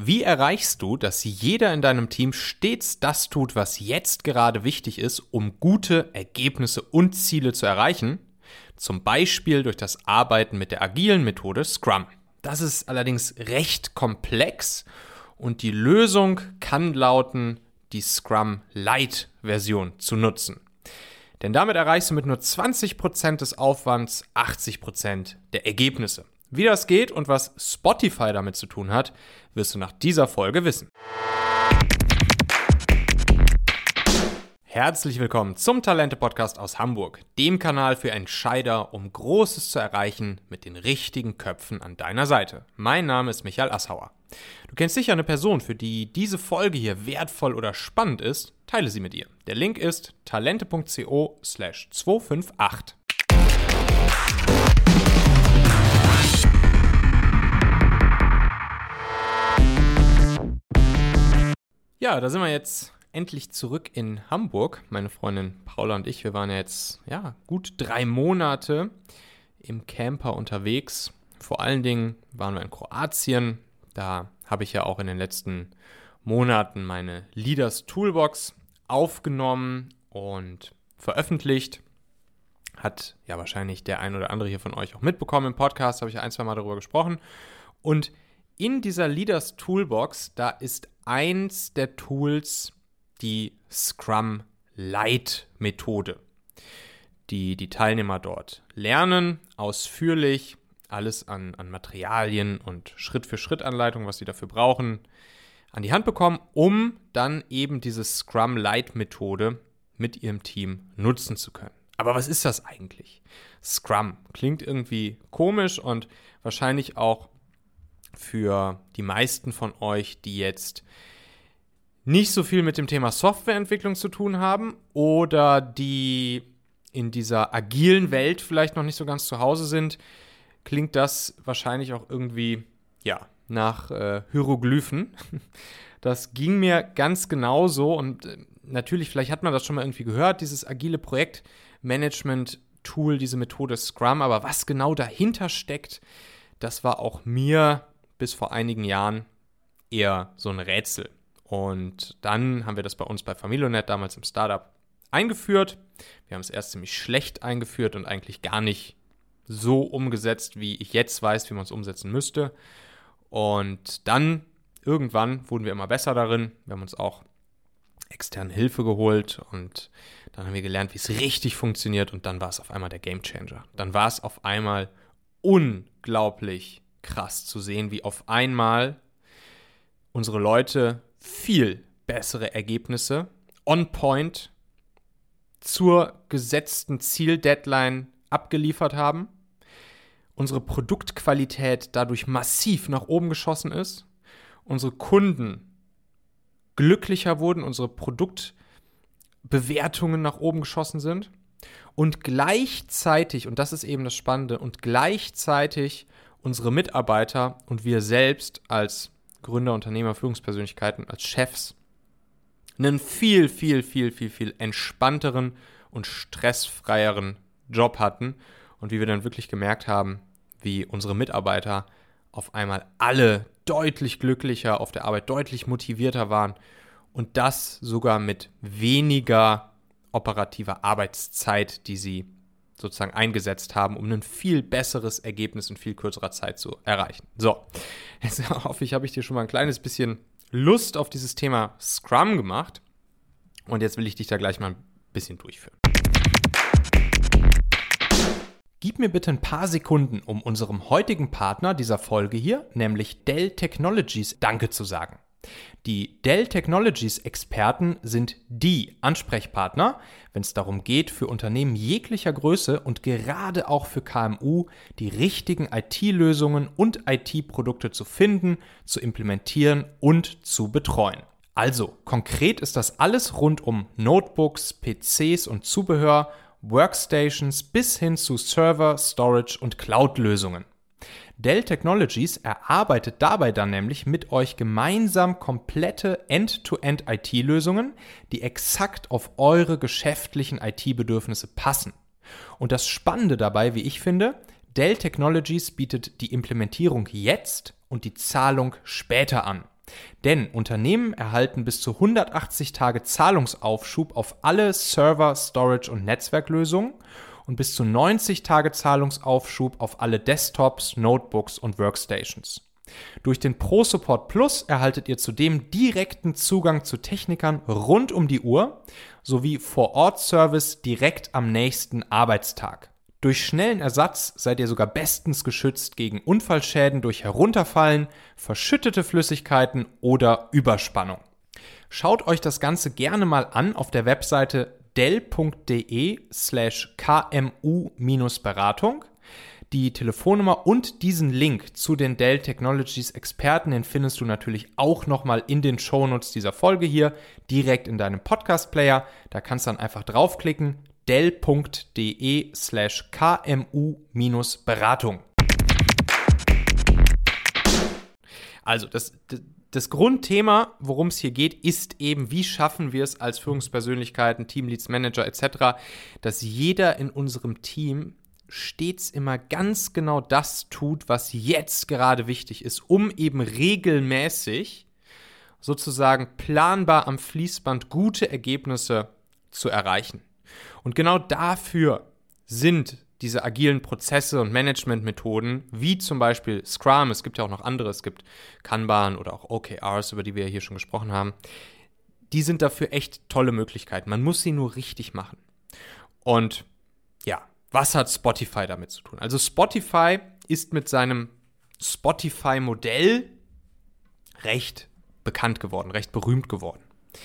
Wie erreichst du, dass jeder in deinem Team stets das tut, was jetzt gerade wichtig ist, um gute Ergebnisse und Ziele zu erreichen? Zum Beispiel durch das Arbeiten mit der agilen Methode Scrum. Das ist allerdings recht komplex und die Lösung kann lauten, die Scrum Lite-Version zu nutzen. Denn damit erreichst du mit nur 20% des Aufwands 80% der Ergebnisse. Wie das geht und was Spotify damit zu tun hat, wirst du nach dieser Folge wissen. Herzlich willkommen zum Talente-Podcast aus Hamburg, dem Kanal für Entscheider, um Großes zu erreichen mit den richtigen Köpfen an deiner Seite. Mein Name ist Michael Assauer. Du kennst sicher eine Person, für die diese Folge hier wertvoll oder spannend ist. Teile sie mit ihr. Der Link ist talente.co/258. Ja, da sind wir jetzt endlich zurück in Hamburg. Meine Freundin Paula und ich, wir waren ja jetzt gut 3 Monate im Camper unterwegs. Vor allen Dingen waren wir in Kroatien. Da habe ich ja auch in den letzten Monaten meine Leaders Toolbox aufgenommen und veröffentlicht. Hat ja wahrscheinlich der ein oder andere hier von euch auch mitbekommen im Podcast, habe ich ja 1-2 Mal darüber gesprochen. Und in dieser Leaders Toolbox, da ist eins der Tools die Scrum Lite Methode. Die Teilnehmer dort lernen ausführlich alles an Materialien und Schritt-für-Schritt-Anleitungen, was sie dafür brauchen, an die Hand bekommen, um dann eben diese Scrum Lite Methode mit ihrem Team nutzen zu können. Aber was ist das eigentlich? Scrum klingt irgendwie komisch und wahrscheinlich auch für die meisten von euch, die jetzt nicht so viel mit dem Thema Softwareentwicklung zu tun haben oder die in dieser agilen Welt vielleicht noch nicht so ganz zu Hause sind, klingt das wahrscheinlich auch irgendwie nach Hieroglyphen. Das ging mir ganz genauso und natürlich, vielleicht hat man das schon mal irgendwie gehört, dieses agile Projektmanagement-Tool, diese Methode Scrum, aber was genau dahinter steckt, das war auch mir bis vor einigen Jahren eher so ein Rätsel. Und dann haben wir das bei uns bei Familonet damals im Startup eingeführt. Wir haben es erst ziemlich schlecht eingeführt und eigentlich gar nicht so umgesetzt, wie ich jetzt weiß, wie man es umsetzen müsste. Und dann irgendwann wurden wir immer besser darin. Wir haben uns auch externe Hilfe geholt und dann haben wir gelernt, wie es richtig funktioniert und dann war es auf einmal der Gamechanger. Dann war es auf einmal unglaublich krass zu sehen, wie auf einmal unsere Leute viel bessere Ergebnisse on point zur gesetzten Zieldeadline abgeliefert haben, unsere Produktqualität dadurch massiv nach oben geschossen ist, unsere Kunden glücklicher wurden, unsere Produktbewertungen nach oben geschossen sind und gleichzeitig, und das ist eben das Spannende, und gleichzeitig unsere Mitarbeiter und wir selbst als Gründer, Unternehmer, Führungspersönlichkeiten, als Chefs einen viel, viel, viel, viel, viel entspannteren und stressfreieren Job hatten und wie wir dann wirklich gemerkt haben, wie unsere Mitarbeiter auf einmal alle deutlich glücklicher auf der Arbeit, deutlich motivierter waren und das sogar mit weniger operativer Arbeitszeit, die sie sozusagen eingesetzt haben, um ein viel besseres Ergebnis in viel kürzerer Zeit zu erreichen. So, jetzt hoffe ich, habe ich dir schon mal ein kleines bisschen Lust auf dieses Thema Scrum gemacht und jetzt will ich dich da gleich mal ein bisschen durchführen. Gib mir bitte ein paar Sekunden, um unserem heutigen Partner dieser Folge hier, nämlich Dell Technologies, Danke zu sagen. Die Dell Technologies Experten sind die Ansprechpartner, wenn es darum geht, für Unternehmen jeglicher Größe und gerade auch für KMU die richtigen IT-Lösungen und IT-Produkte zu finden, zu implementieren und zu betreuen. Also, konkret ist das alles rund um Notebooks, PCs und Zubehör, Workstations bis hin zu Server, Storage und Cloud-Lösungen. Dell Technologies erarbeitet dabei dann nämlich mit euch gemeinsam komplette End-to-End-IT-Lösungen, die exakt auf eure geschäftlichen IT-Bedürfnisse passen. Und das Spannende dabei, wie ich finde, Dell Technologies bietet die Implementierung jetzt und die Zahlung später an. Denn Unternehmen erhalten bis zu 180 Tage Zahlungsaufschub auf alle Server-, Storage- und Netzwerklösungen und bis zu 90 Tage Zahlungsaufschub auf alle Desktops, Notebooks und Workstations. Durch den Pro Support Plus erhaltet ihr zudem direkten Zugang zu Technikern rund um die Uhr sowie Vor-Ort-Service direkt am nächsten Arbeitstag. Durch schnellen Ersatz seid ihr sogar bestens geschützt gegen Unfallschäden durch Herunterfallen, verschüttete Flüssigkeiten oder Überspannung. Schaut euch das Ganze gerne mal an auf der Webseite dell.de/kmu-Beratung. Die Telefonnummer und diesen Link zu den Dell Technologies Experten, den findest du natürlich auch nochmal in den Shownotes dieser Folge hier, direkt in deinem Podcast-Player. Da kannst du dann einfach draufklicken, dell.de/kmu-Beratung. Also das Grundthema, worum es hier geht, ist eben, wie schaffen wir es als Führungspersönlichkeiten, Teamleads, Manager etc., dass jeder in unserem Team stets immer ganz genau das tut, was jetzt gerade wichtig ist, um eben regelmäßig sozusagen planbar am Fließband gute Ergebnisse zu erreichen. Und genau dafür sind diese agilen Prozesse und Managementmethoden, wie zum Beispiel Scrum, es gibt ja auch noch andere, es gibt Kanban oder auch OKRs, über die wir hier schon gesprochen haben, die sind dafür echt tolle Möglichkeiten. Man muss sie nur richtig machen. Und ja, was hat Spotify damit zu tun? Also Spotify ist mit seinem Spotify-Modell recht bekannt geworden, recht berühmt geworden.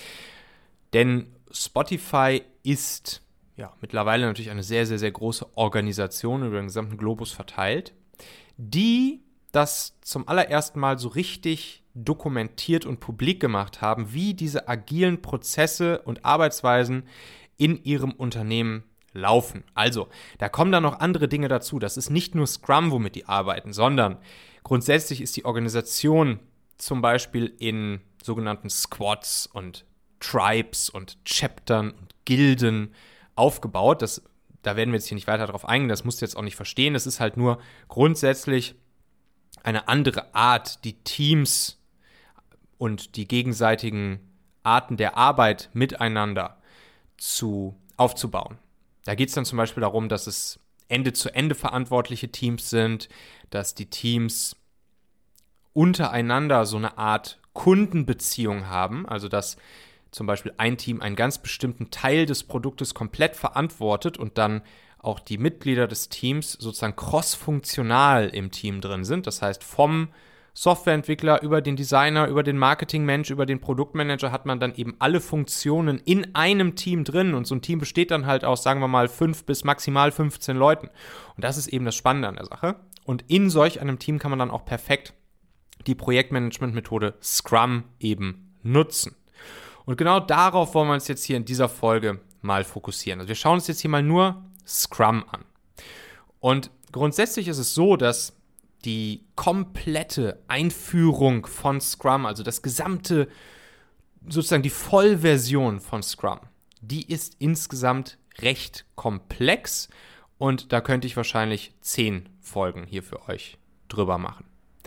Denn Spotify ist ja mittlerweile natürlich eine sehr, sehr, sehr große Organisation über den gesamten Globus verteilt, die das zum allerersten Mal so richtig dokumentiert und publik gemacht haben, wie diese agilen Prozesse und Arbeitsweisen in ihrem Unternehmen laufen. Also, da kommen dann noch andere Dinge dazu. Das ist nicht nur Scrum, womit die arbeiten, sondern grundsätzlich ist die Organisation zum Beispiel in sogenannten Squads und Tribes und Chaptern und Gilden aufgebaut. Da werden wir jetzt hier nicht weiter drauf eingehen, das musst du jetzt auch nicht verstehen. Es ist halt nur grundsätzlich eine andere Art, die Teams und die gegenseitigen Arten der Arbeit miteinander aufzubauen. Da geht es dann zum Beispiel darum, dass es Ende-zu-Ende verantwortliche Teams sind, dass die Teams untereinander so eine Art Kundenbeziehung haben, also dass zum Beispiel ein Team einen ganz bestimmten Teil des Produktes komplett verantwortet und dann auch die Mitglieder des Teams sozusagen cross-funktional im Team drin sind. Das heißt, vom Softwareentwickler über den Designer, über den Marketingmensch, über den Produktmanager hat man dann eben alle Funktionen in einem Team drin und so ein Team besteht dann halt aus, sagen wir mal, 5 bis maximal 15 Leuten. Und das ist eben das Spannende an der Sache. Und in solch einem Team kann man dann auch perfekt die Projektmanagement-Methode Scrum eben nutzen. Und genau darauf wollen wir uns jetzt hier in dieser Folge mal fokussieren. Also wir schauen uns jetzt hier mal nur Scrum an. Und grundsätzlich ist es so, dass die komplette Einführung von Scrum, also das gesamte, sozusagen die Vollversion von Scrum, die ist insgesamt recht komplex und da könnte ich wahrscheinlich 10 Folgen hier für euch drüber machen.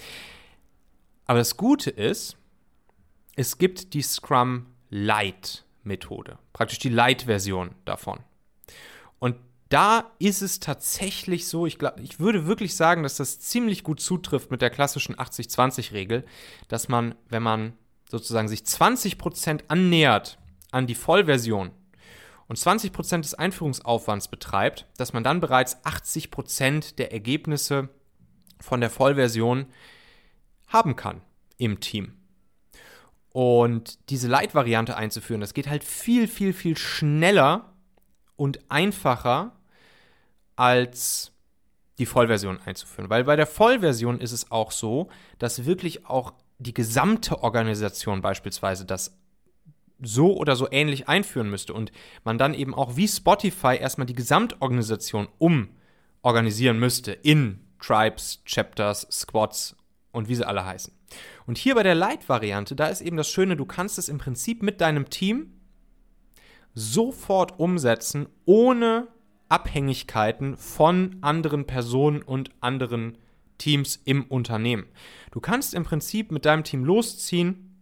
Aber das Gute ist, es gibt die Scrum Lite-Methode, praktisch die Lite-Version davon. Und da ist es tatsächlich so, ich würde wirklich sagen, dass das ziemlich gut zutrifft mit der klassischen 80-20-Regel, dass man, wenn man sozusagen sich 20% annähert an die Vollversion und 20% des Einführungsaufwands betreibt, dass man dann bereits 80% der Ergebnisse von der Vollversion haben kann im Team. Und diese Lite-Variante einzuführen, das geht halt viel, viel, viel schneller und einfacher als die Vollversion einzuführen. Weil bei der Vollversion ist es auch so, dass wirklich auch die gesamte Organisation beispielsweise das so oder so ähnlich einführen müsste und man dann eben auch wie Spotify erstmal die Gesamtorganisation umorganisieren müsste in Tribes, Chapters, Squads und wie sie alle heißen. Und hier bei der Lite-Variante, da ist eben das Schöne, du kannst es im Prinzip mit deinem Team sofort umsetzen, ohne Abhängigkeiten von anderen Personen und anderen Teams im Unternehmen. Du kannst im Prinzip mit deinem Team losziehen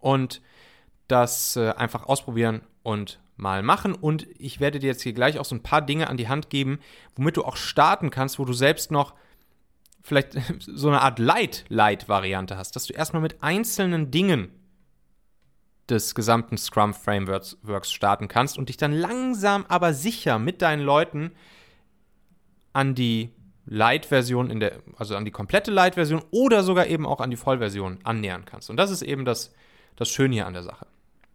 und das einfach ausprobieren und mal machen. Und ich werde dir jetzt hier gleich auch so ein paar Dinge an die Hand geben, womit du auch starten kannst, wo du selbst noch vielleicht so eine Art Light-Variante hast, dass du erstmal mit einzelnen Dingen des gesamten Scrum-Frameworks starten kannst und dich dann langsam, aber sicher mit deinen Leuten an die Light-Version, also an die komplette Light-Version oder sogar eben auch an die Vollversion annähern kannst. Und das ist eben das Schöne hier an der Sache.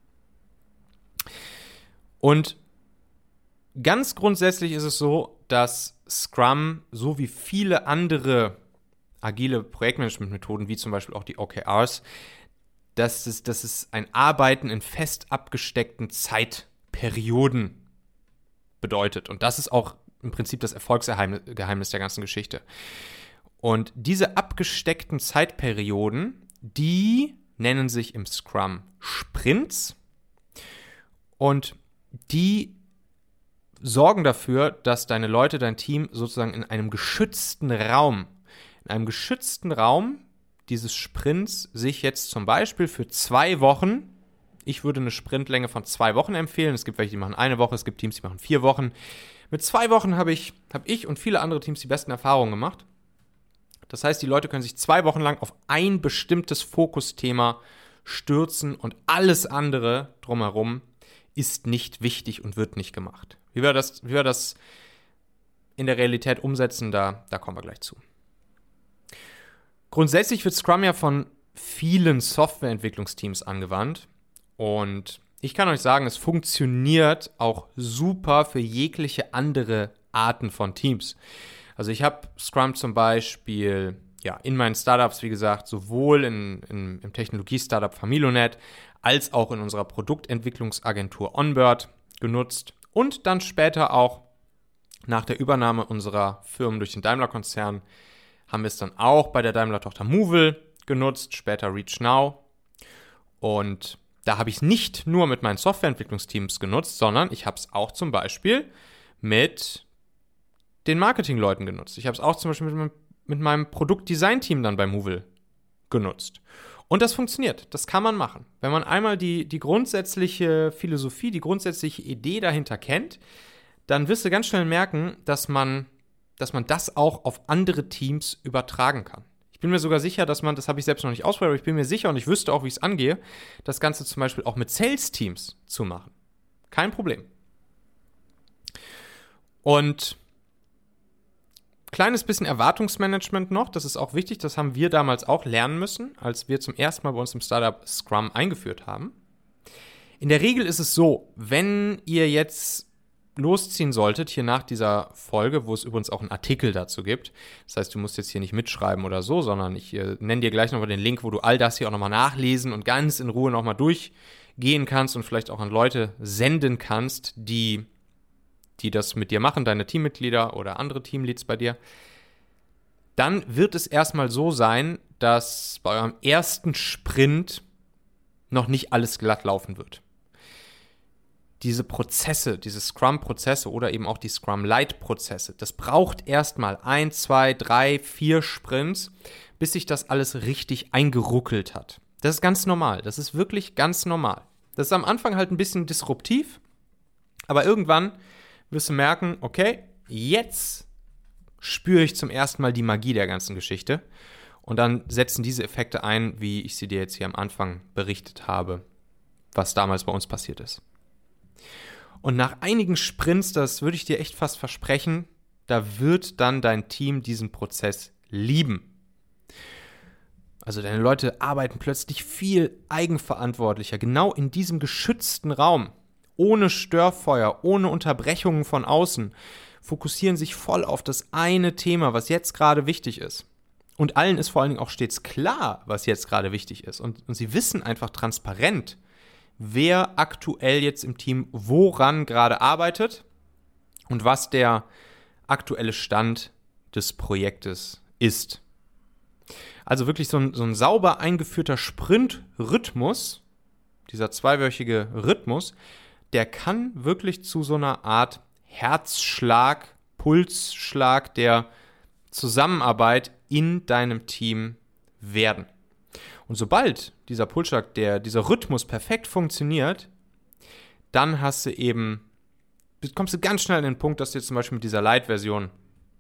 Und ganz grundsätzlich ist es so, dass Scrum, so wie viele andere agile Projektmanagement-Methoden, wie zum Beispiel auch die OKRs, dass es ein Arbeiten in fest abgesteckten Zeitperioden bedeutet. Und das ist auch im Prinzip das Erfolgsgeheimnis der ganzen Geschichte. Und diese abgesteckten Zeitperioden, die nennen sich im Scrum Sprints und die sorgen dafür, dass deine Leute, dein Team sozusagen in einem geschützten Raum dieses Sprints sich jetzt zum Beispiel für 2 Wochen, ich würde eine Sprintlänge von 2 Wochen empfehlen, es gibt welche, die machen 1 Woche, es gibt Teams, die machen 4 Wochen. Mit 2 Wochen habe ich und viele andere Teams die besten Erfahrungen gemacht. Das heißt, die Leute können sich 2 Wochen lang auf ein bestimmtes Fokusthema stürzen und alles andere drumherum ist nicht wichtig und wird nicht gemacht. Wie wir das in der Realität umsetzen, da kommen wir gleich zu. Grundsätzlich wird Scrum ja von vielen Softwareentwicklungsteams angewandt und ich kann euch sagen, es funktioniert auch super für jegliche andere Arten von Teams. Also ich habe Scrum zum Beispiel in meinen Startups, wie gesagt, sowohl im Technologie-Startup Familonet als auch in unserer Produktentwicklungsagentur Onbird genutzt und dann später auch nach der Übernahme unserer Firmen durch den Daimler-Konzern haben wir es dann auch bei der Daimler-Tochter Movil genutzt, später ReachNow. Und da habe ich es nicht nur mit meinen Softwareentwicklungsteams genutzt, sondern ich habe es auch zum Beispiel mit den Marketingleuten genutzt. Ich habe es auch zum Beispiel mit meinem Produktdesign-Team dann bei Movil genutzt. Und das funktioniert, das kann man machen. Wenn man einmal die grundsätzliche Philosophie, die grundsätzliche Idee dahinter kennt, dann wirst du ganz schnell merken, dass man das auch auf andere Teams übertragen kann. Ich bin mir sogar sicher, das habe ich selbst noch nicht ausprobiert, aber ich bin mir sicher und ich wüsste auch, wie ich es angehe, das Ganze zum Beispiel auch mit Sales-Teams zu machen. Kein Problem. Und kleines bisschen Erwartungsmanagement noch, das ist auch wichtig, das haben wir damals auch lernen müssen, als wir zum ersten Mal bei uns im Startup Scrum eingeführt haben. In der Regel ist es so, wenn ihr jetzt losziehen solltet, hier nach dieser Folge, wo es übrigens auch einen Artikel dazu gibt, das heißt, du musst jetzt hier nicht mitschreiben oder so, sondern ich nenne dir gleich nochmal den Link, wo du all das hier auch nochmal nachlesen und ganz in Ruhe nochmal durchgehen kannst und vielleicht auch an Leute senden kannst, die das mit dir machen, deine Teammitglieder oder andere Teamleads bei dir, dann wird es erstmal so sein, dass bei eurem ersten Sprint noch nicht alles glatt laufen wird. Diese Prozesse, diese Scrum-Prozesse oder eben auch die Scrum-Light-Prozesse, das braucht erstmal 1, 2, 3, 4 Sprints, bis sich das alles richtig eingeruckelt hat. Das ist ganz normal, das ist wirklich ganz normal. Das ist am Anfang halt ein bisschen disruptiv, aber irgendwann wirst du merken, okay, jetzt spüre ich zum ersten Mal die Magie der ganzen Geschichte und dann setzen diese Effekte ein, wie ich sie dir jetzt hier am Anfang berichtet habe, was damals bei uns passiert ist. Und nach einigen Sprints, das würde ich dir echt fast versprechen, da wird dann dein Team diesen Prozess lieben. Also deine Leute arbeiten plötzlich viel eigenverantwortlicher, genau in diesem geschützten Raum, ohne Störfeuer, ohne Unterbrechungen von außen, fokussieren sich voll auf das eine Thema, was jetzt gerade wichtig ist. Und allen ist vor allen Dingen auch stets klar, was jetzt gerade wichtig ist. Und sie wissen einfach transparent, wer aktuell jetzt im Team woran gerade arbeitet und was der aktuelle Stand des Projektes ist. Also wirklich so ein sauber eingeführter Sprint-Rhythmus, dieser 2-wöchige Rhythmus, der kann wirklich zu so einer Art Herzschlag, Pulsschlag der Zusammenarbeit in deinem Team werden. Und sobald dieser Pulsschlag, dieser Rhythmus perfekt funktioniert, dann kommst du ganz schnell an den Punkt, dass du jetzt zum Beispiel mit dieser Lite-Version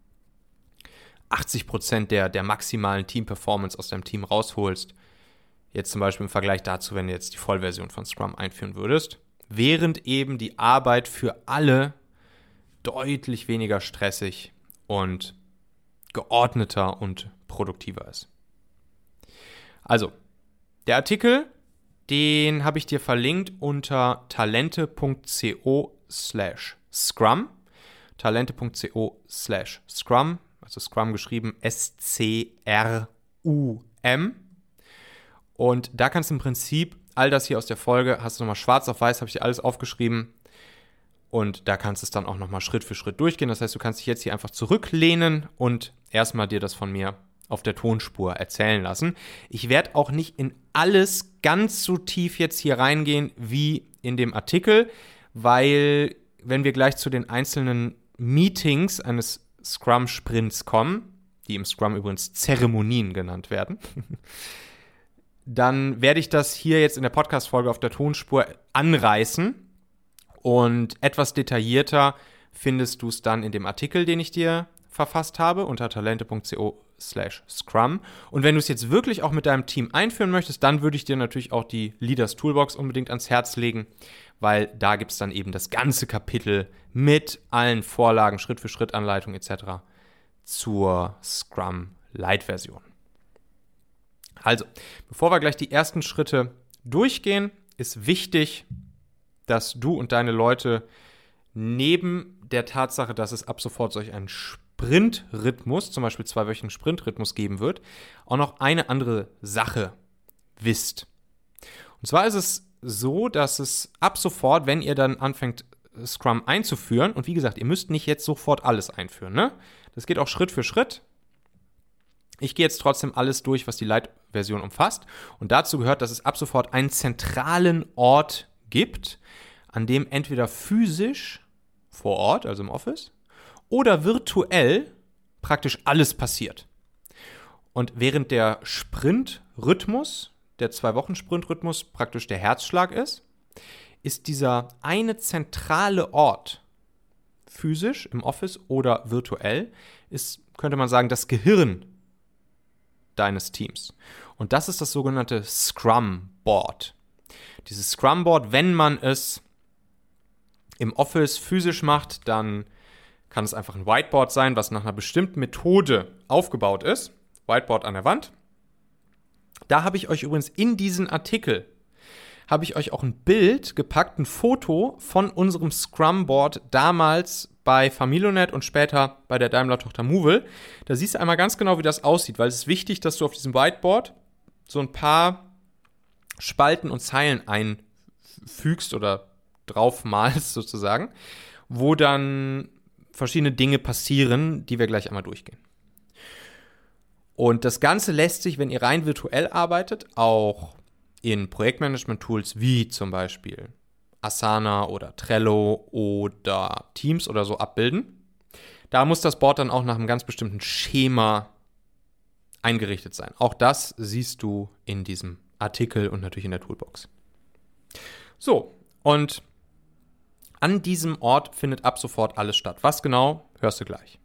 80% der maximalen Team-Performance aus deinem Team rausholst. Jetzt zum Beispiel im Vergleich dazu, wenn du jetzt die Vollversion von Scrum einführen würdest. Während eben die Arbeit für alle deutlich weniger stressig und geordneter und produktiver ist. Also, der Artikel, den habe ich dir verlinkt unter talente.co/Scrum. Talente.co/Scrum, also Scrum geschrieben SCRUM. Und da kannst du im Prinzip all das hier aus der Folge, hast du nochmal schwarz auf weiß, habe ich dir alles aufgeschrieben. Und da kannst du es dann auch nochmal Schritt für Schritt durchgehen. Das heißt, du kannst dich jetzt hier einfach zurücklehnen und erstmal dir das von mir auf der Tonspur erzählen lassen. Ich werde auch nicht in alles ganz so tief jetzt hier reingehen wie in dem Artikel, weil wenn wir gleich zu den einzelnen Meetings eines Scrum-Sprints kommen, die im Scrum übrigens Zeremonien genannt werden, dann werde ich das hier jetzt in der Podcast-Folge auf der Tonspur anreißen und etwas detaillierter findest du es dann in dem Artikel, den ich dir verfasst habe, unter talente.co/Scrum. Und wenn du es jetzt wirklich auch mit deinem Team einführen möchtest, dann würde ich dir natürlich auch die Leaders Toolbox unbedingt ans Herz legen, weil da gibt es dann eben das ganze Kapitel mit allen Vorlagen, Schritt-für-Schritt-Anleitung etc. zur Scrum Lite-Version. Also, bevor wir gleich die ersten Schritte durchgehen, ist wichtig, dass du und deine Leute neben der Tatsache, dass es ab sofort solch einen Sprintrhythmus, zum Beispiel 2-wöchigen Sprintrhythmus geben wird, auch noch eine andere Sache wisst. Und zwar ist es so, dass es ab sofort, wenn ihr dann anfängt, Scrum einzuführen, und wie gesagt, ihr müsst nicht jetzt sofort alles einführen, ne? Das geht auch Schritt für Schritt. Ich gehe jetzt trotzdem alles durch, was die Lite-Version umfasst. Und dazu gehört, dass es ab sofort einen zentralen Ort gibt, an dem entweder physisch vor Ort, also im Office, oder virtuell praktisch alles passiert. Und während der Sprintrhythmus, der 2-Wochen-Sprintrhythmus praktisch der Herzschlag ist dieser eine zentrale Ort, physisch im Office oder virtuell, ist, könnte man sagen, das Gehirn deines Teams. Und das ist das sogenannte Scrum Board. Dieses Scrum Board, wenn man es im Office physisch macht, dann kann es einfach ein Whiteboard sein, was nach einer bestimmten Methode aufgebaut ist. Whiteboard an der Wand. Da habe ich euch übrigens in diesen Artikel auch ein Bild gepackt, ein Foto von unserem Scrum Board damals bei Familonet und später bei der Daimler-Tochter Movil. Da siehst du einmal ganz genau, wie das aussieht, weil es ist wichtig, dass du auf diesem Whiteboard so ein paar Spalten und Zeilen einfügst oder draufmalst sozusagen, wo dann verschiedene Dinge passieren, die wir gleich einmal durchgehen. Und das Ganze lässt sich, wenn ihr rein virtuell arbeitet, auch in Projektmanagement-Tools wie zum Beispiel Asana oder Trello oder Teams oder so abbilden. Da muss das Board dann auch nach einem ganz bestimmten Schema eingerichtet sein. Auch das siehst du in diesem Artikel und natürlich in der Toolbox. So, und an diesem Ort findet ab sofort alles statt. Was genau, hörst du gleich.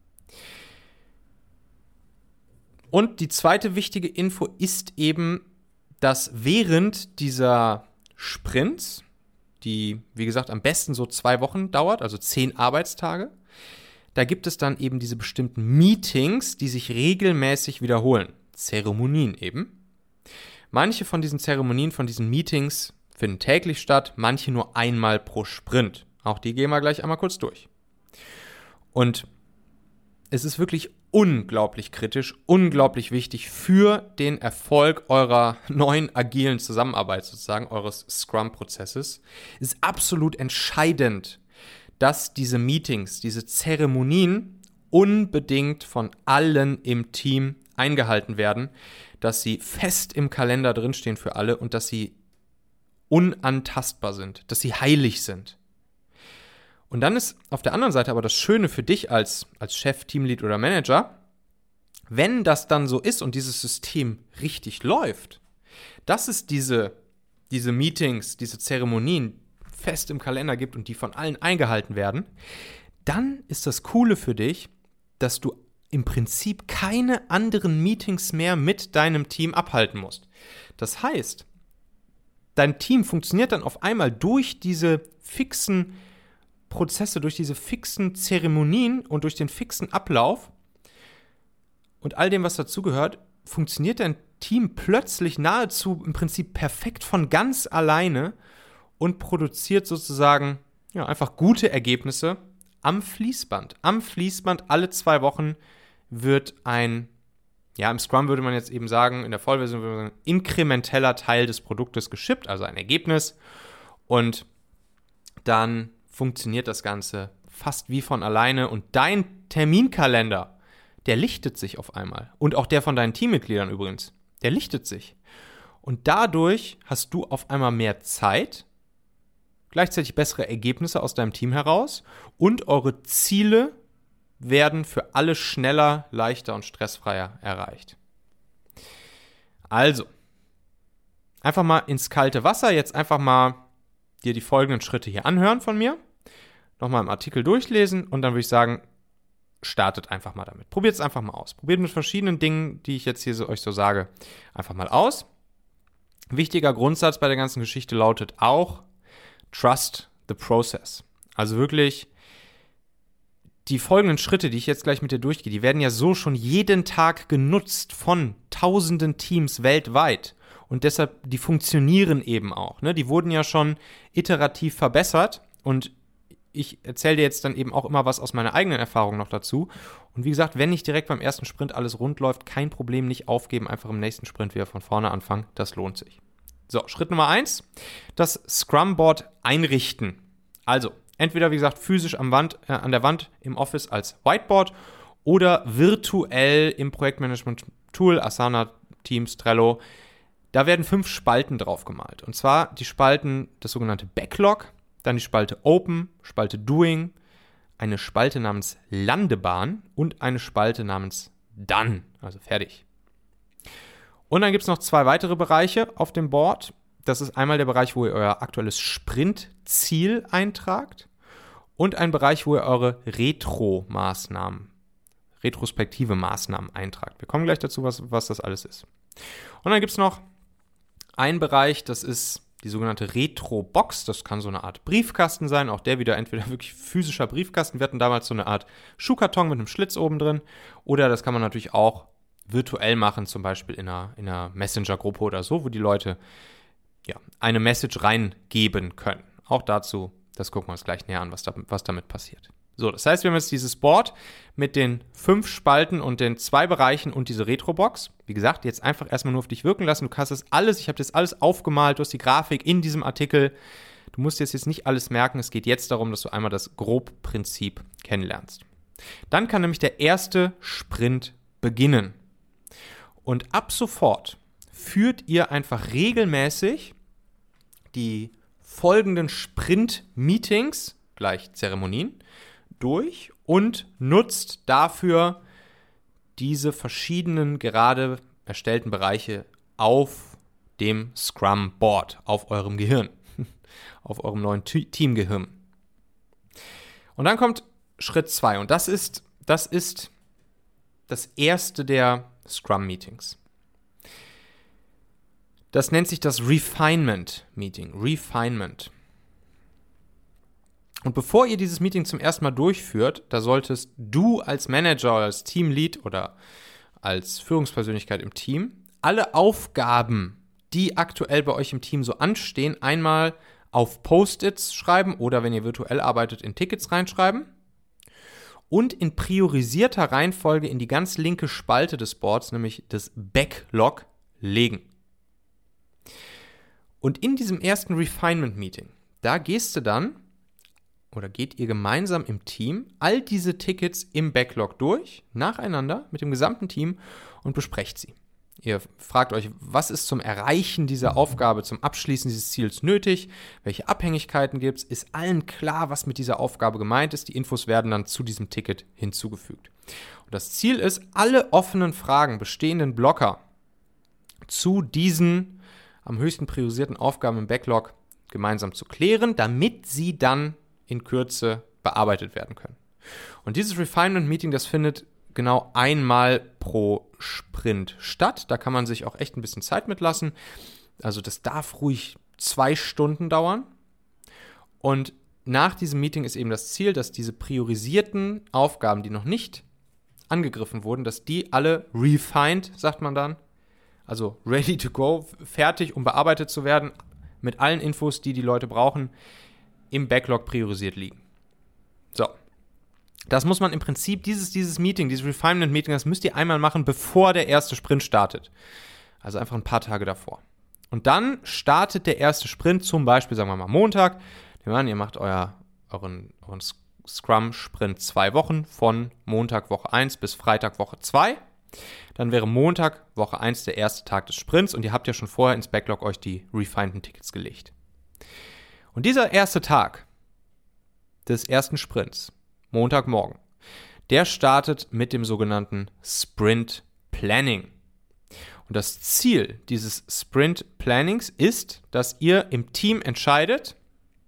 Und die zweite wichtige Info ist eben, dass während dieser Sprints, die, wie gesagt, am besten so 2 Wochen dauert, also 10 Arbeitstage, da gibt es dann eben diese bestimmten Meetings, die sich regelmäßig wiederholen. Zeremonien eben. Manche von diesen Zeremonien, von diesen Meetings finden täglich statt, manche nur einmal pro Sprint. Auch die gehen wir gleich einmal kurz durch. Und es ist wirklich unglaublich kritisch, unglaublich wichtig für den Erfolg eurer neuen agilen Zusammenarbeit sozusagen, eures Scrum-Prozesses. Es ist absolut entscheidend, dass diese Meetings, diese Zeremonien unbedingt von allen im Team eingehalten werden, dass sie fest im Kalender drinstehen für alle und dass sie unantastbar sind, dass sie heilig sind. Und dann ist auf der anderen Seite aber das Schöne für dich als Chef, Teamlead oder Manager, wenn das dann so ist und dieses System richtig läuft, dass es diese Meetings, diese Zeremonien fest im Kalender gibt und die von allen eingehalten werden, dann ist das Coole für dich, dass du im Prinzip keine anderen Meetings mehr mit deinem Team abhalten musst. Das heißt, dein Team funktioniert dann auf einmal durch diese fixen Prozesse, durch diese fixen Zeremonien und durch den fixen Ablauf und all dem, was dazugehört, funktioniert dein Team plötzlich nahezu im Prinzip perfekt von ganz alleine und produziert sozusagen einfach gute Ergebnisse am Fließband. Am Fließband alle 2 Wochen wird im Scrum würde man jetzt eben sagen, in der Vollversion würde man sagen, inkrementeller Teil des Produktes geshippt, also ein Ergebnis. Und dann funktioniert das Ganze fast wie von alleine und dein Terminkalender, der lichtet sich auf einmal. Und auch der von deinen Teammitgliedern übrigens, der lichtet sich. Und dadurch hast du auf einmal mehr Zeit, gleichzeitig bessere Ergebnisse aus deinem Team heraus und eure Ziele werden für alle schneller, leichter und stressfreier erreicht. Also, einfach mal ins kalte Wasser, jetzt einfach mal dir die folgenden Schritte hier anhören von mir, nochmal im Artikel durchlesen und dann würde ich sagen, startet einfach mal damit. Probiert es einfach mal aus. Probiert mit verschiedenen Dingen, die ich jetzt hier euch so sage, einfach mal aus. Wichtiger Grundsatz bei der ganzen Geschichte lautet auch, trust the process. Also wirklich die folgenden Schritte, die ich jetzt gleich mit dir durchgehe, die werden ja so schon jeden Tag genutzt von tausenden Teams weltweit. Und deshalb, die funktionieren eben auch. Ne? Die wurden ja schon iterativ verbessert und ich erzähle dir jetzt dann eben auch immer was aus meiner eigenen Erfahrung noch dazu. Und wie gesagt, wenn nicht direkt beim ersten Sprint alles rund läuft, kein Problem, nicht aufgeben, einfach im nächsten Sprint wieder von vorne anfangen. Das lohnt sich. So, Schritt Nummer 1, das Scrum-Board einrichten. Also, entweder, wie gesagt, physisch an der Wand im Office als Whiteboard oder virtuell im Projektmanagement-Tool, Asana, Teams, Trello. Da werden 5 Spalten drauf gemalt. Und zwar die Spalten, das sogenannte Backlog, dann die Spalte Open, Spalte Doing, eine Spalte namens Landebahn und eine Spalte namens Done, also fertig. Und dann gibt es noch 2 weitere Bereiche auf dem Board. Das ist einmal der Bereich, wo ihr euer aktuelles Sprintziel eintragt und ein Bereich, wo ihr eure retrospektive Maßnahmen eintragt. Wir kommen gleich dazu, was das alles ist. Und dann gibt es noch einen Bereich, das ist die sogenannte Retro-Box. Das kann so eine Art Briefkasten sein, auch der wieder entweder wirklich physischer Briefkasten. Wir hatten damals so eine Art Schuhkarton mit einem Schlitz oben drin. Oder das kann man natürlich auch virtuell machen, zum Beispiel in einer Messenger-Gruppe oder so, wo die Leute eine Message reingeben können. Auch dazu, das gucken wir uns gleich näher an, was damit passiert. So, das heißt, wir haben jetzt dieses Board mit den 5 Spalten und den 2 Bereichen und diese Retro-Box. Wie gesagt, jetzt einfach erstmal nur auf dich wirken lassen. Du kannst das alles, ich habe das alles aufgemalt, du hast die Grafik in diesem Artikel. Du musst jetzt nicht alles merken. Es geht jetzt darum, dass du einmal das Grobprinzip kennenlernst. Dann kann nämlich der erste Sprint beginnen. Und ab sofort führt ihr einfach regelmäßig die folgenden Sprint-Meetings, gleich Zeremonien, durch und nutzt dafür diese verschiedenen gerade erstellten Bereiche auf dem Scrum-Board, auf eurem Gehirn, auf eurem neuen Teamgehirn. Und dann kommt Schritt 2 und das ist das erste der Scrum-Meetings. Das nennt sich das Refinement-Meeting. Refinement. Und bevor ihr dieses Meeting zum ersten Mal durchführt, da solltest du als Manager oder als Teamlead oder als Führungspersönlichkeit im Team alle Aufgaben, die aktuell bei euch im Team so anstehen, einmal auf Post-its schreiben oder wenn ihr virtuell arbeitet, in Tickets reinschreiben und in priorisierter Reihenfolge in die ganz linke Spalte des Boards, nämlich das Backlog, legen. Und in diesem ersten Refinement-Meeting, da geht ihr gemeinsam im Team all diese Tickets im Backlog durch, nacheinander mit dem gesamten Team und besprecht sie. Ihr fragt euch, was ist zum Erreichen dieser Aufgabe, zum Abschließen dieses Ziels nötig? Welche Abhängigkeiten gibt es? Ist allen klar, was mit dieser Aufgabe gemeint ist? Die Infos werden dann zu diesem Ticket hinzugefügt. Und das Ziel ist, alle offenen Fragen, bestehenden Blocker zu diesen am höchsten priorisierten Aufgaben im Backlog gemeinsam zu klären, damit sie dann in Kürze bearbeitet werden können. Und dieses Refinement-Meeting, das findet genau einmal pro Sprint statt. Da kann man sich auch echt ein bisschen Zeit mitlassen. Also das darf ruhig 2 Stunden dauern. Und nach diesem Meeting ist eben das Ziel, dass diese priorisierten Aufgaben, die noch nicht angegriffen wurden, dass die alle refined, sagt man dann, also ready to go, fertig, um bearbeitet zu werden, mit allen Infos, die die Leute brauchen, im Backlog priorisiert liegen. So. Das muss man im Prinzip, dieses Meeting, dieses Refinement-Meeting, das müsst ihr einmal machen, bevor der erste Sprint startet. Also einfach ein paar Tage davor. Und dann startet der erste Sprint, zum Beispiel, sagen wir mal, Montag. Ihr macht euren Scrum-Sprint 2 Wochen, von Montag Woche 1 bis Freitag Woche 2. Dann wäre Montag Woche 1 der erste Tag des Sprints und ihr habt ja schon vorher ins Backlog euch die refineden Tickets gelegt. Und dieser erste Tag des ersten Sprints, Montagmorgen, der startet mit dem sogenannten Sprint Planning. Und das Ziel dieses Sprint Plannings ist, dass ihr im Team entscheidet,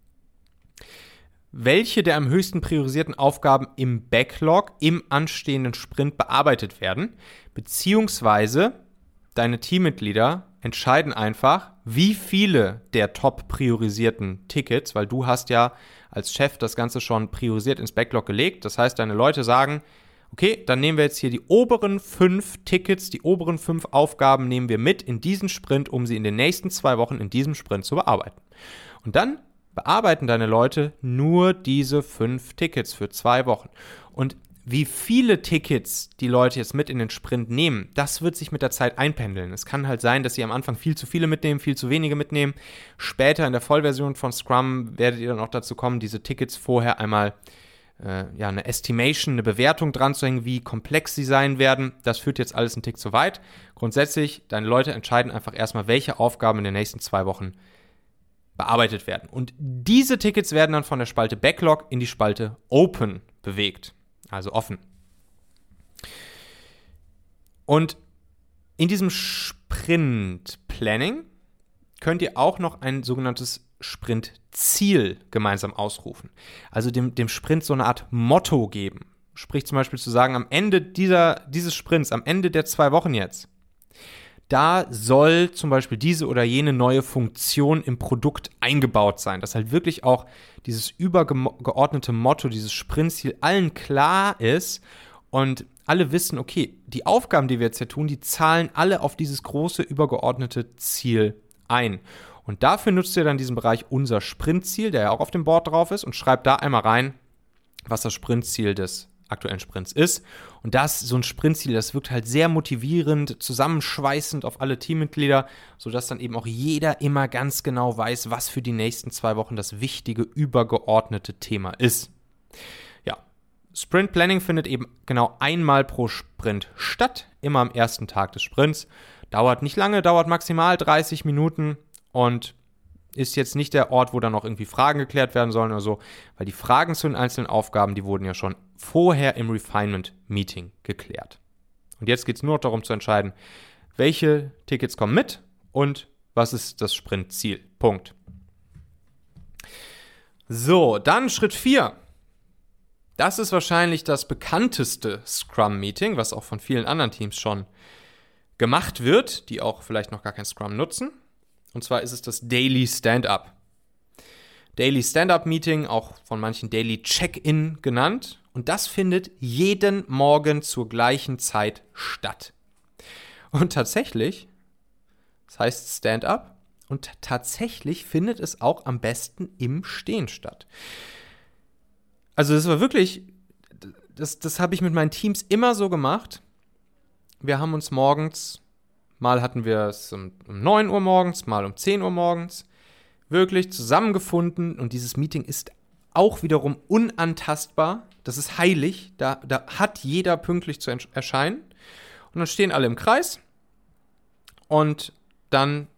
welche der am höchsten priorisierten Aufgaben im Backlog im anstehenden Sprint bearbeitet werden, beziehungsweise deine Teammitglieder entscheiden einfach, wie viele der top priorisierten Tickets, weil du hast ja als Chef das Ganze schon priorisiert ins Backlog gelegt, das heißt, deine Leute sagen, okay, dann nehmen wir jetzt hier die oberen 5 Tickets, die oberen 5 Aufgaben nehmen wir mit in diesen Sprint, um sie in den nächsten 2 Wochen in diesem Sprint zu bearbeiten. Und dann bearbeiten deine Leute nur diese 5 Tickets für 2 Wochen. Und wie viele Tickets die Leute jetzt mit in den Sprint nehmen, das wird sich mit der Zeit einpendeln. Es kann halt sein, dass sie am Anfang viel zu viele mitnehmen, viel zu wenige mitnehmen. Später in der Vollversion von Scrum werdet ihr dann auch dazu kommen, diese Tickets vorher einmal eine Estimation, eine Bewertung dran zu hängen, wie komplex sie sein werden. Das führt jetzt alles einen Tick zu weit. Grundsätzlich, deine Leute entscheiden einfach erstmal, welche Aufgaben in den nächsten 2 Wochen bearbeitet werden. Und diese Tickets werden dann von der Spalte Backlog in die Spalte Open bewegt, also offen. Und in diesem Sprint Planning könnt ihr auch noch ein sogenanntes Sprintziel gemeinsam ausrufen. Also dem Sprint so eine Art Motto geben. Sprich zum Beispiel zu sagen, am Ende dieses Sprints, am Ende der 2 Wochen jetzt, da soll zum Beispiel diese oder jene neue Funktion im Produkt eingebaut sein. Dass halt wirklich auch dieses übergeordnete Motto, dieses Sprintziel allen klar ist und alle wissen, okay, die Aufgaben, die wir jetzt hier tun, die zahlen alle auf dieses große übergeordnete Ziel ein. Und dafür nutzt ihr dann diesen Bereich unser Sprintziel, der ja auch auf dem Board drauf ist, und schreibt da einmal rein, was das Sprintziel des aktuellen Sprints ist. Und so ein Sprintziel, das wirkt halt sehr motivierend, zusammenschweißend auf alle Teammitglieder, sodass dann eben auch jeder immer ganz genau weiß, was für die nächsten 2 Wochen das wichtige, übergeordnete Thema ist. Ja, Sprint Planning findet eben genau einmal pro Sprint statt, immer am ersten Tag des Sprints. Dauert nicht lange, dauert maximal 30 Minuten und ist jetzt nicht der Ort, wo dann noch irgendwie Fragen geklärt werden sollen oder so, weil die Fragen zu den einzelnen Aufgaben, die wurden ja schon vorher im Refinement-Meeting geklärt. Und jetzt geht es nur noch darum zu entscheiden, welche Tickets kommen mit und was ist das Sprintziel. Punkt. So, dann Schritt 4. Das ist wahrscheinlich das bekannteste Scrum-Meeting, was auch von vielen anderen Teams schon gemacht wird, die auch vielleicht noch gar kein Scrum nutzen. Und zwar ist es das Daily Stand-Up. Daily Stand-Up-Meeting, auch von manchen Daily Check-In genannt. Und das findet jeden Morgen zur gleichen Zeit statt. Und tatsächlich, das heißt Stand-Up, und tatsächlich findet es auch am besten im Stehen statt. Also das war wirklich, das habe ich mit meinen Teams immer so gemacht. Wir haben uns morgens, mal hatten wir es um 9 Uhr morgens, mal um 10 Uhr morgens, wirklich zusammengefunden. Und dieses Meeting ist auch wiederum unantastbar. Das ist heilig. Da hat jeder pünktlich zu erscheinen. Und dann stehen alle im Kreis. Und dann,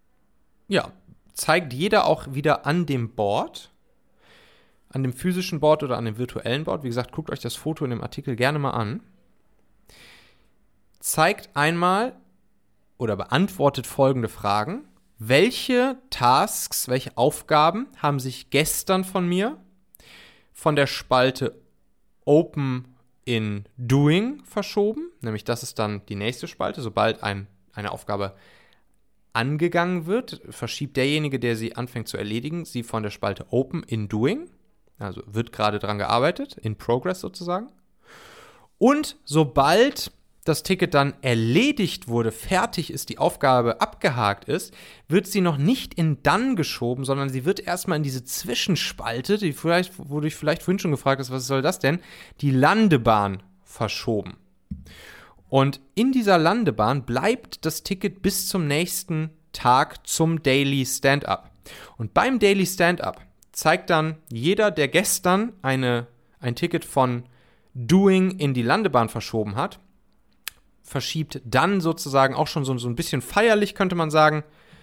zeigt jeder auch wieder an dem Board, an dem physischen Board oder an dem virtuellen Board. Wie gesagt, guckt euch das Foto in dem Artikel gerne mal an. Zeigt einmal oder beantwortet folgende Fragen. welche Tasks, welche Aufgaben haben sich gestern von mir von der Spalte Open in Doing verschoben, nämlich das ist dann die nächste Spalte. Sobald eine Aufgabe angegangen wird, verschiebt derjenige, der sie anfängt zu erledigen, sie von der Spalte Open in Doing, also wird gerade dran gearbeitet, in Progress sozusagen. Und sobald das Ticket dann erledigt wurde, fertig ist, die Aufgabe abgehakt ist, wird sie noch nicht in Done geschoben, sondern sie wird erstmal in diese Zwischenspalte, wo du dich vielleicht vorhin schon gefragt hast, was soll das denn, die Landebahn verschoben. Und in dieser Landebahn bleibt das Ticket bis zum nächsten Tag zum Daily Stand-Up. Und beim Daily Stand-Up zeigt dann jeder, der gestern ein Ticket von Doing in die Landebahn verschoben hat, verschiebt dann sozusagen auch schon so ein bisschen feierlich, könnte man sagen,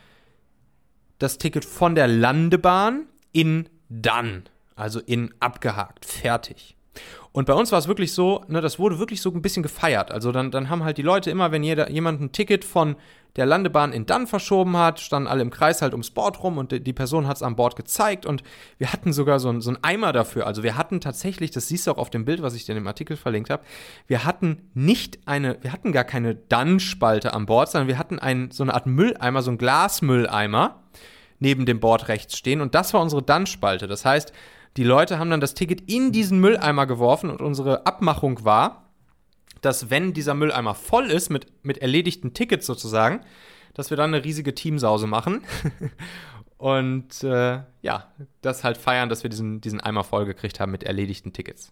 das Ticket von der Landebahn in Done, also in abgehakt, fertig. Und bei uns war es wirklich so, das wurde wirklich so ein bisschen gefeiert. Also dann haben halt die Leute immer, wenn jemand ein Ticket von der Landebahn in Done verschoben hat, standen alle im Kreis halt ums Board rum und die Person hat es am Board gezeigt und wir hatten sogar so einen Eimer dafür. Also wir hatten tatsächlich, das siehst du auch auf dem Bild, was ich dir in dem Artikel verlinkt habe, wir hatten gar keine Done-Spalte am Board, sondern wir hatten so eine Art Mülleimer, so einen Glasmülleimer neben dem Board rechts stehen und das war unsere Done-Spalte. Das heißt, die Leute haben dann das Ticket in diesen Mülleimer geworfen und unsere Abmachung war, dass wenn dieser Mülleimer voll ist mit erledigten Tickets sozusagen, dass wir dann eine riesige Teamsause machen und das halt feiern, dass wir diesen Eimer voll gekriegt haben mit erledigten Tickets.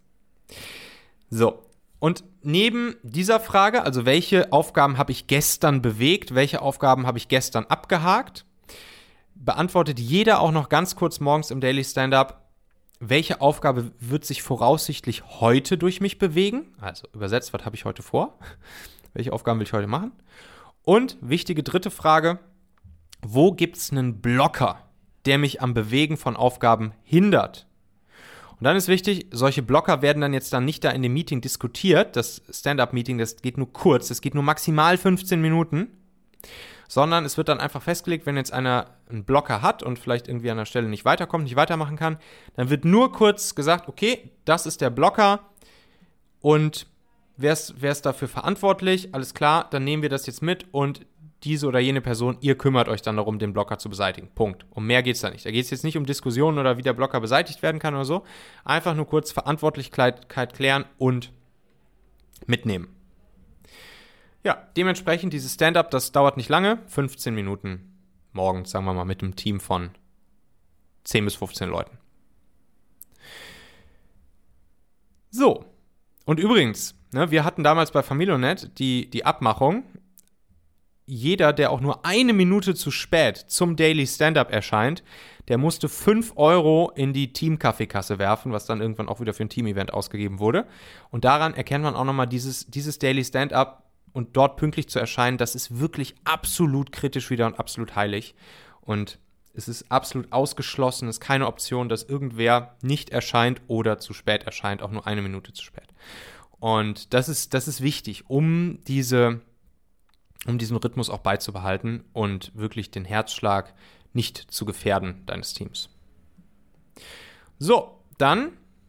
So, und neben dieser Frage, also welche Aufgaben habe ich gestern bewegt, welche Aufgaben habe ich gestern abgehakt, beantwortet jeder auch noch ganz kurz morgens im Daily Stand-Up, welche Aufgabe wird sich voraussichtlich heute durch mich bewegen? Also übersetzt, was habe ich heute vor? Welche Aufgaben will ich heute machen? Und wichtige dritte Frage, wo gibt es einen Blocker, der mich am Bewegen von Aufgaben hindert? Und dann ist wichtig, solche Blocker werden dann nicht da in dem Meeting diskutiert. Das Stand-Up-Meeting, das geht nur kurz, das geht nur maximal 15 Minuten. Sondern es wird dann einfach festgelegt, wenn jetzt einer einen Blocker hat und vielleicht irgendwie an der Stelle nicht weiterkommt, nicht weitermachen kann, dann wird nur kurz gesagt, okay, das ist der Blocker und wer ist dafür verantwortlich? Alles klar, dann nehmen wir das jetzt mit und diese oder jene Person, ihr kümmert euch dann darum, den Blocker zu beseitigen. Punkt. Um mehr geht es da nicht. Da geht es jetzt nicht um Diskussionen oder wie der Blocker beseitigt werden kann oder so. Einfach nur kurz Verantwortlichkeit klären und mitnehmen. Ja, dementsprechend dieses Stand-Up, das dauert nicht lange, 15 Minuten morgens, sagen wir mal, mit einem Team von 10 bis 15 Leuten. So, und übrigens, wir hatten damals bei Familionet die Abmachung, jeder, der auch nur eine Minute zu spät zum Daily Stand-Up erscheint, der musste 5 € in die Team-Kaffeekasse werfen, was dann irgendwann auch wieder für ein Team-Event ausgegeben wurde. Und daran erkennt man auch nochmal dieses Daily Stand-Up, und dort pünktlich zu erscheinen, das ist wirklich absolut kritisch wieder und absolut heilig. Und es ist absolut ausgeschlossen, es ist keine Option, dass irgendwer nicht erscheint oder zu spät erscheint, auch nur eine Minute zu spät. Und das ist wichtig, um diesen Rhythmus auch beizubehalten und wirklich den Herzschlag nicht zu gefährden deines Teams. So, dann,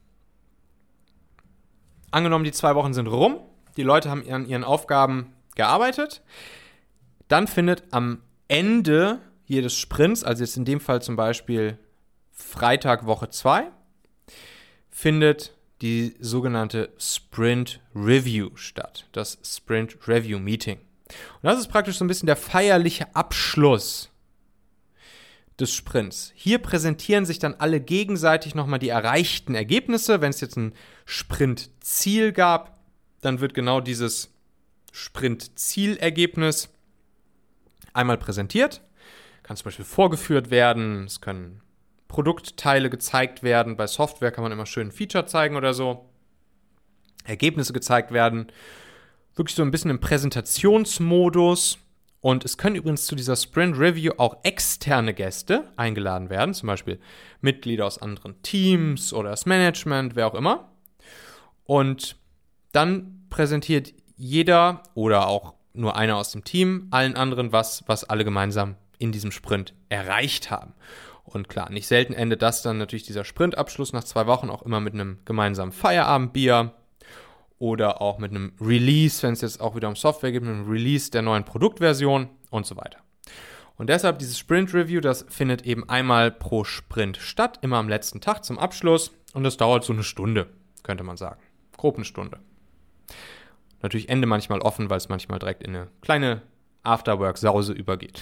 angenommen, die 2 Wochen sind rum, die Leute haben an ihren Aufgaben gearbeitet. Dann findet am Ende jedes Sprints, also jetzt in dem Fall zum Beispiel Freitag Woche 2, findet die sogenannte Sprint Review statt. Das Sprint Review Meeting. Und das ist praktisch so ein bisschen der feierliche Abschluss des Sprints. Hier präsentieren sich dann alle gegenseitig nochmal die erreichten Ergebnisse. Wenn es jetzt ein Sprintziel gab, dann wird genau dieses Sprint-Zielergebnis einmal präsentiert. Kann zum Beispiel vorgeführt werden, es können Produktteile gezeigt werden. Bei Software kann man immer schön ein Feature zeigen oder so. Ergebnisse gezeigt werden. Wirklich so ein bisschen im Präsentationsmodus. Und es können übrigens zu dieser Sprint Review auch externe Gäste eingeladen werden. Zum Beispiel Mitglieder aus anderen Teams oder das Management, wer auch immer. Und dann präsentiert jeder oder auch nur einer aus dem Team allen anderen, was alle gemeinsam in diesem Sprint erreicht haben. Und klar, nicht selten endet das dann natürlich dieser Sprintabschluss nach 2 Wochen auch immer mit einem gemeinsamen Feierabendbier oder auch mit einem Release, wenn es jetzt auch wieder um Software geht, mit einem Release der neuen Produktversion und so weiter. Und deshalb dieses Sprint-Review, das findet eben einmal pro Sprint statt, immer am letzten Tag zum Abschluss. Und das dauert so eine Stunde, könnte man sagen. Grob eine Stunde. Natürlich Ende manchmal offen, weil es manchmal direkt in eine kleine Afterwork-Sause übergeht.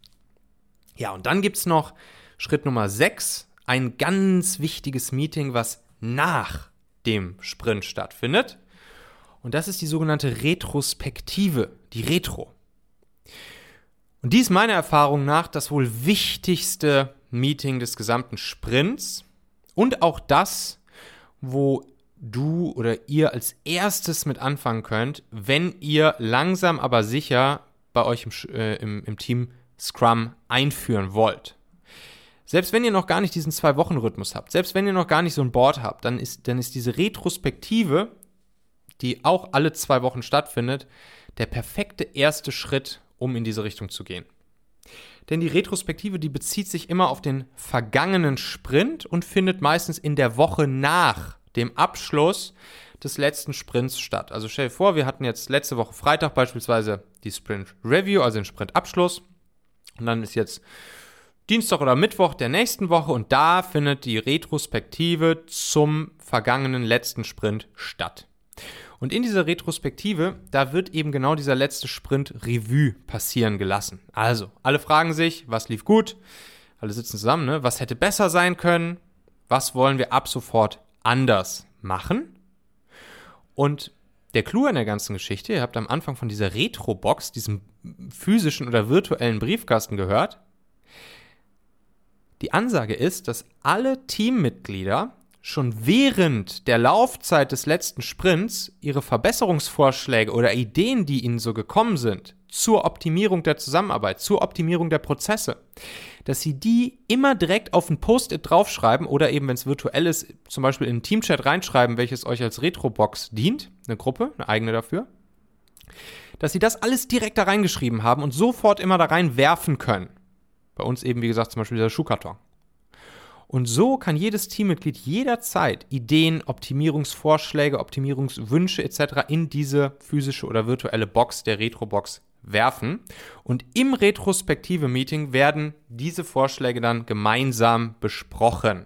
Ja, und dann gibt es noch Schritt Nummer 6, ein ganz wichtiges Meeting, was nach dem Sprint stattfindet. Und das ist die sogenannte Retrospektive, die Retro. Und die ist meiner Erfahrung nach das wohl wichtigste Meeting des gesamten Sprints und auch das, wo du oder ihr als erstes mit anfangen könnt, wenn ihr langsam aber sicher bei euch im Team Scrum einführen wollt. Selbst wenn ihr noch gar nicht diesen 2-Wochen-Rhythmus habt, selbst wenn ihr noch gar nicht so ein Board habt, dann ist diese Retrospektive, die auch alle 2 Wochen stattfindet, der perfekte erste Schritt, um in diese Richtung zu gehen. Denn die Retrospektive, die bezieht sich immer auf den vergangenen Sprint und findet meistens in der Woche nach dem Abschluss des letzten Sprints statt. Also stell dir vor, wir hatten jetzt letzte Woche Freitag beispielsweise die Sprint Review, also den Sprintabschluss. Und dann ist jetzt Dienstag oder Mittwoch der nächsten Woche und da findet die Retrospektive zum vergangenen letzten Sprint statt. Und in dieser Retrospektive, da wird eben genau dieser letzte Sprint Revue passieren gelassen. Also, alle fragen sich, was lief gut? Alle sitzen zusammen, ne? Was hätte besser sein können? Was wollen wir ab sofort anders machen? Und der Clou an der ganzen Geschichte, ihr habt am Anfang von dieser Retro-Box, diesem physischen oder virtuellen Briefkasten gehört. Die Ansage ist, dass alle Teammitglieder schon während der Laufzeit des letzten Sprints ihre Verbesserungsvorschläge oder Ideen, die ihnen so gekommen sind, zur Optimierung der Zusammenarbeit, zur Optimierung der Prozesse, dass sie die immer direkt auf ein Post-it draufschreiben oder eben, wenn es virtuell ist, zum Beispiel in einen Teamchat reinschreiben, welches euch als Retro-Box dient, eine Gruppe, eine eigene dafür, dass sie das alles direkt da reingeschrieben haben und sofort immer da reinwerfen können. Bei uns eben, wie gesagt, zum Beispiel dieser Schuhkarton. Und so kann jedes Teammitglied jederzeit Ideen, Optimierungsvorschläge, Optimierungswünsche etc. in diese physische oder virtuelle Box, der Retro-Box, werfen. Und im Retrospektive-Meeting werden diese Vorschläge dann gemeinsam besprochen.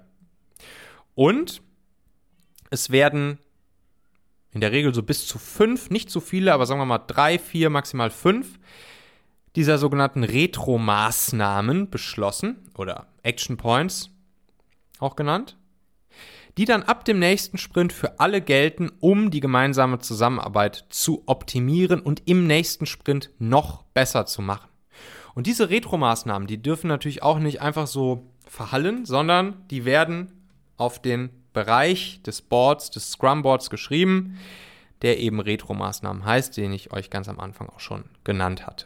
Und es werden in der Regel so bis zu 5, nicht zu viele, aber sagen wir mal 3, 4, maximal 5 dieser sogenannten Retro-Maßnahmen beschlossen oder Action Points auch genannt, die dann ab dem nächsten Sprint für alle gelten, um die gemeinsame Zusammenarbeit zu optimieren und im nächsten Sprint noch besser zu machen. Und diese Retro-Maßnahmen, die dürfen natürlich auch nicht einfach so verhallen, sondern die werden auf den Bereich des Boards, des Scrum-Boards geschrieben, der eben Retro-Maßnahmen heißt, den ich euch ganz am Anfang auch schon genannt hatte.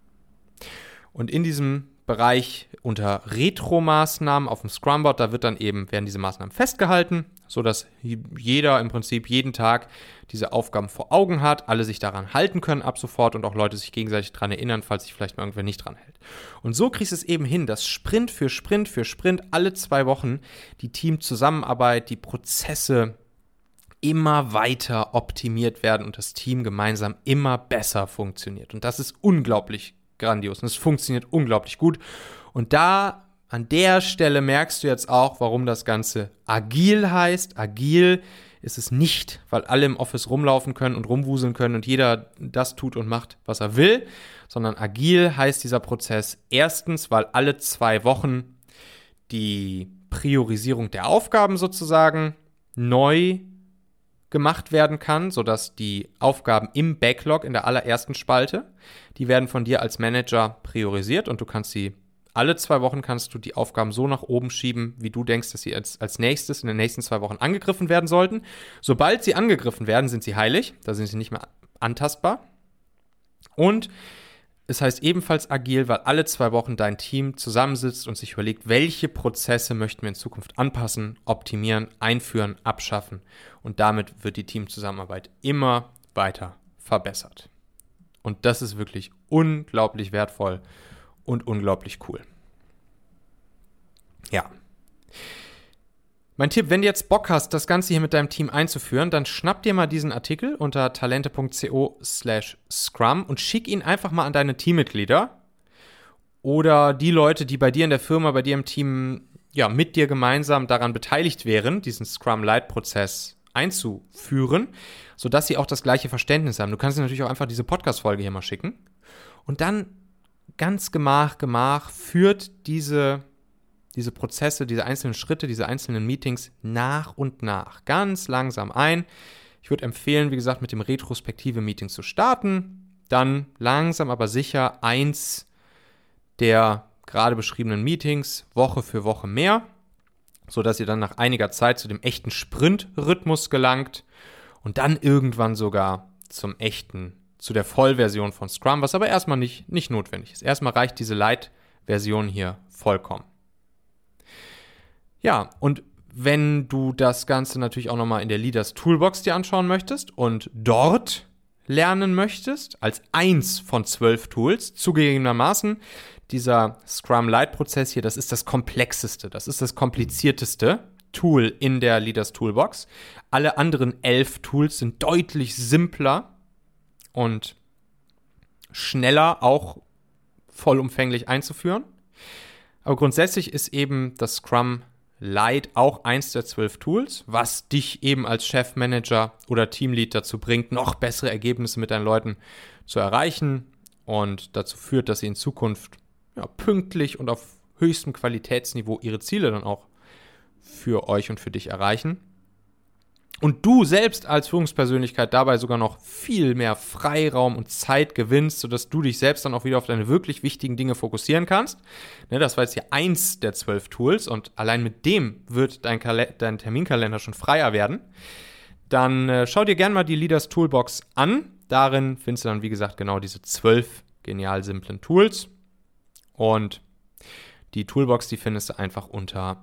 Und in diesem Bereich unter Retro-Maßnahmen auf dem Scrum-Board, da werden diese Maßnahmen festgehalten, sodass jeder im Prinzip jeden Tag diese Aufgaben vor Augen hat, alle sich daran halten können ab sofort und auch Leute sich gegenseitig daran erinnern, falls sich vielleicht mal irgendwer nicht dran hält. Und so kriegst du es eben hin, dass Sprint für Sprint für Sprint alle 2 Wochen die Teamzusammenarbeit, die Prozesse immer weiter optimiert werden und das Team gemeinsam immer besser funktioniert. Und das ist unglaublich grandios und es funktioniert unglaublich gut. Und da an der Stelle merkst du jetzt auch, warum das Ganze agil heißt. Agil ist es nicht, weil alle im Office rumlaufen können und rumwuseln können und jeder das tut und macht, was er will, sondern agil heißt dieser Prozess erstens, weil alle 2 Wochen die Priorisierung der Aufgaben sozusagen neu gemacht werden kann, sodass die Aufgaben im Backlog in der allerersten Spalte, die werden von dir als Manager priorisiert und du kannst alle 2 Wochen kannst du die Aufgaben so nach oben schieben, wie du denkst, dass sie als nächstes in den nächsten 2 Wochen angegriffen werden sollten. Sobald sie angegriffen werden, sind sie heilig, da sind sie nicht mehr antastbar. Und es heißt ebenfalls agil, weil alle 2 Wochen dein Team zusammensitzt und sich überlegt, welche Prozesse möchten wir in Zukunft anpassen, optimieren, einführen, abschaffen. Und damit wird die Teamzusammenarbeit immer weiter verbessert. Und das ist wirklich unglaublich wertvoll, und unglaublich cool. Ja. Mein Tipp, wenn du jetzt Bock hast, das Ganze hier mit deinem Team einzuführen, dann schnapp dir mal diesen Artikel unter talente.co/Scrum und schick ihn einfach mal an deine Teammitglieder oder die Leute, die bei dir in der Firma, bei dir im Team, ja, mit dir gemeinsam daran beteiligt wären, diesen Scrum-Light-Prozess einzuführen, sodass sie auch das gleiche Verständnis haben. Du kannst ihnen natürlich auch einfach diese Podcast-Folge hier mal schicken und dann ganz Gemach führt diese Prozesse, diese einzelnen Schritte, diese einzelnen Meetings nach und nach ganz langsam ein. Ich würde empfehlen, wie gesagt, mit dem Retrospektive-Meeting zu starten, dann langsam aber sicher eins der gerade beschriebenen Meetings Woche für Woche mehr, sodass ihr dann nach einiger Zeit zu dem echten Sprint-Rhythmus gelangt und dann irgendwann sogar zu der Vollversion von Scrum, was aber erstmal nicht notwendig ist. Erstmal reicht diese Light-Version hier vollkommen. Ja, und wenn du das Ganze natürlich auch nochmal in der Leaders Toolbox dir anschauen möchtest und dort lernen möchtest, als eins von 12 Tools, zugegebenermaßen, dieser Scrum-Light-Prozess hier, das ist das komplexeste, das ist das komplizierteste Tool in der Leaders Toolbox. Alle anderen 11 Tools sind deutlich simpler und schneller auch vollumfänglich einzuführen. Aber grundsätzlich ist eben das Scrum Light auch eins der 12 Tools, was dich eben als Chefmanager oder Teamlead dazu bringt, noch bessere Ergebnisse mit deinen Leuten zu erreichen und dazu führt, dass sie in Zukunft pünktlich und auf höchstem Qualitätsniveau ihre Ziele dann auch für euch und für dich erreichen. Und du selbst als Führungspersönlichkeit dabei sogar noch viel mehr Freiraum und Zeit gewinnst, sodass du dich selbst dann auch wieder auf deine wirklich wichtigen Dinge fokussieren kannst. Das war jetzt hier eins der 12 Tools und allein mit dem wird dein Terminkalender schon freier werden. Dann schau dir gerne mal die Leaders Toolbox an. Darin findest du dann, wie gesagt, genau diese 12 genial simplen Tools. Und die Toolbox, die findest du einfach unter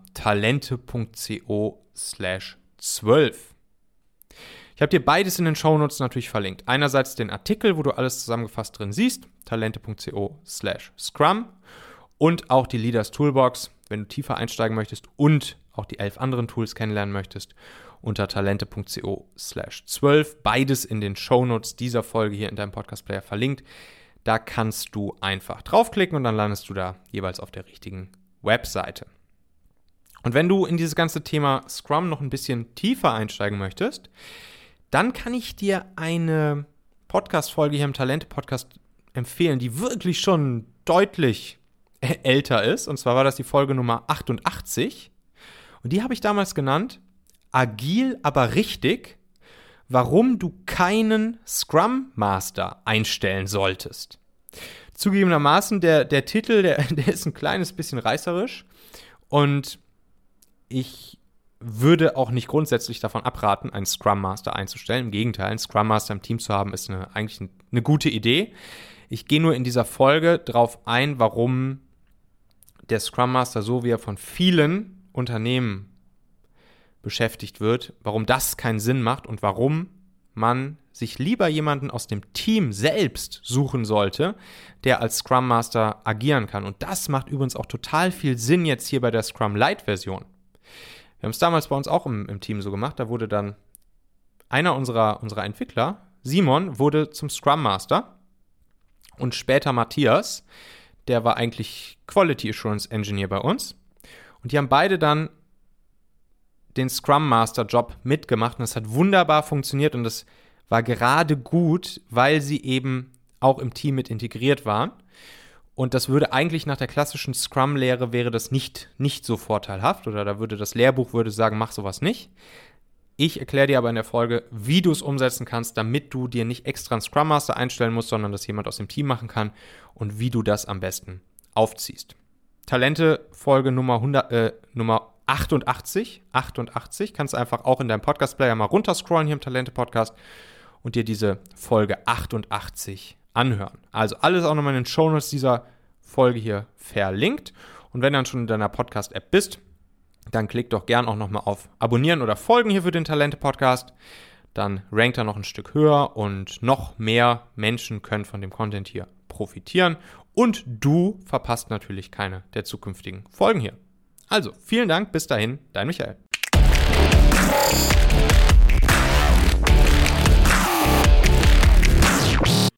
talente.co/12. Ich habe dir beides in den Shownotes natürlich verlinkt. Einerseits den Artikel, wo du alles zusammengefasst drin siehst, talente.co/Scrum und auch die Leaders Toolbox, wenn du tiefer einsteigen möchtest und auch die 11 anderen Tools kennenlernen möchtest, unter talente.co/12. Beides in den Shownotes dieser Folge hier in deinem Podcast-Player verlinkt. Da kannst du einfach draufklicken und dann landest du da jeweils auf der richtigen Webseite. Und wenn du in dieses ganze Thema Scrum noch ein bisschen tiefer einsteigen möchtest, dann kann ich dir eine Podcast-Folge hier im Talente-Podcast empfehlen, die wirklich schon deutlich älter ist. Und zwar war das die Folge Nummer 88. Und die habe ich damals genannt, Agil, aber richtig, warum du keinen Scrum Master einstellen solltest. Zugegebenermaßen, der Titel, der ist ein kleines bisschen reißerisch und ich würde auch nicht grundsätzlich davon abraten, einen Scrum Master einzustellen. Im Gegenteil, einen Scrum Master im Team zu haben, ist eigentlich eine gute Idee. Ich gehe nur in dieser Folge darauf ein, warum der Scrum Master, so wie er von vielen Unternehmen beschäftigt wird, warum das keinen Sinn macht und warum man sich lieber jemanden aus dem Team selbst suchen sollte, der als Scrum Master agieren kann. Und das macht übrigens auch total viel Sinn jetzt hier bei der Scrum Light Version. Wir haben es damals bei uns auch im Team so gemacht, da wurde dann einer unserer Entwickler, Simon, wurde zum Scrum Master und später Matthias, der war eigentlich Quality Assurance Engineer bei uns und die haben beide dann den Scrum Master Job mitgemacht und das hat wunderbar funktioniert und das war gerade gut, weil sie eben auch im Team mit integriert waren. Und das würde eigentlich nach der klassischen Scrum-Lehre wäre das nicht so vorteilhaft oder da würde das Lehrbuch sagen, mach sowas nicht. Ich erkläre dir aber in der Folge, wie du es umsetzen kannst, damit du dir nicht extra einen Scrum Master einstellen musst, sondern das jemand aus dem Team machen kann und wie du das am besten aufziehst. Talente-Folge Nummer 88, kannst du einfach auch in deinem Podcast-Player mal runterscrollen hier im Talente-Podcast und dir diese Folge 88 anhören. Also alles auch nochmal in den Shownotes dieser Folge hier verlinkt. Und wenn du dann schon in deiner Podcast-App bist, dann klick doch gern auch nochmal auf Abonnieren oder Folgen hier für den Talente-Podcast. Dann rankt er noch ein Stück höher und noch mehr Menschen können von dem Content hier profitieren. und du verpasst natürlich keine der zukünftigen Folgen hier. Also, vielen Dank, bis dahin, dein Michael.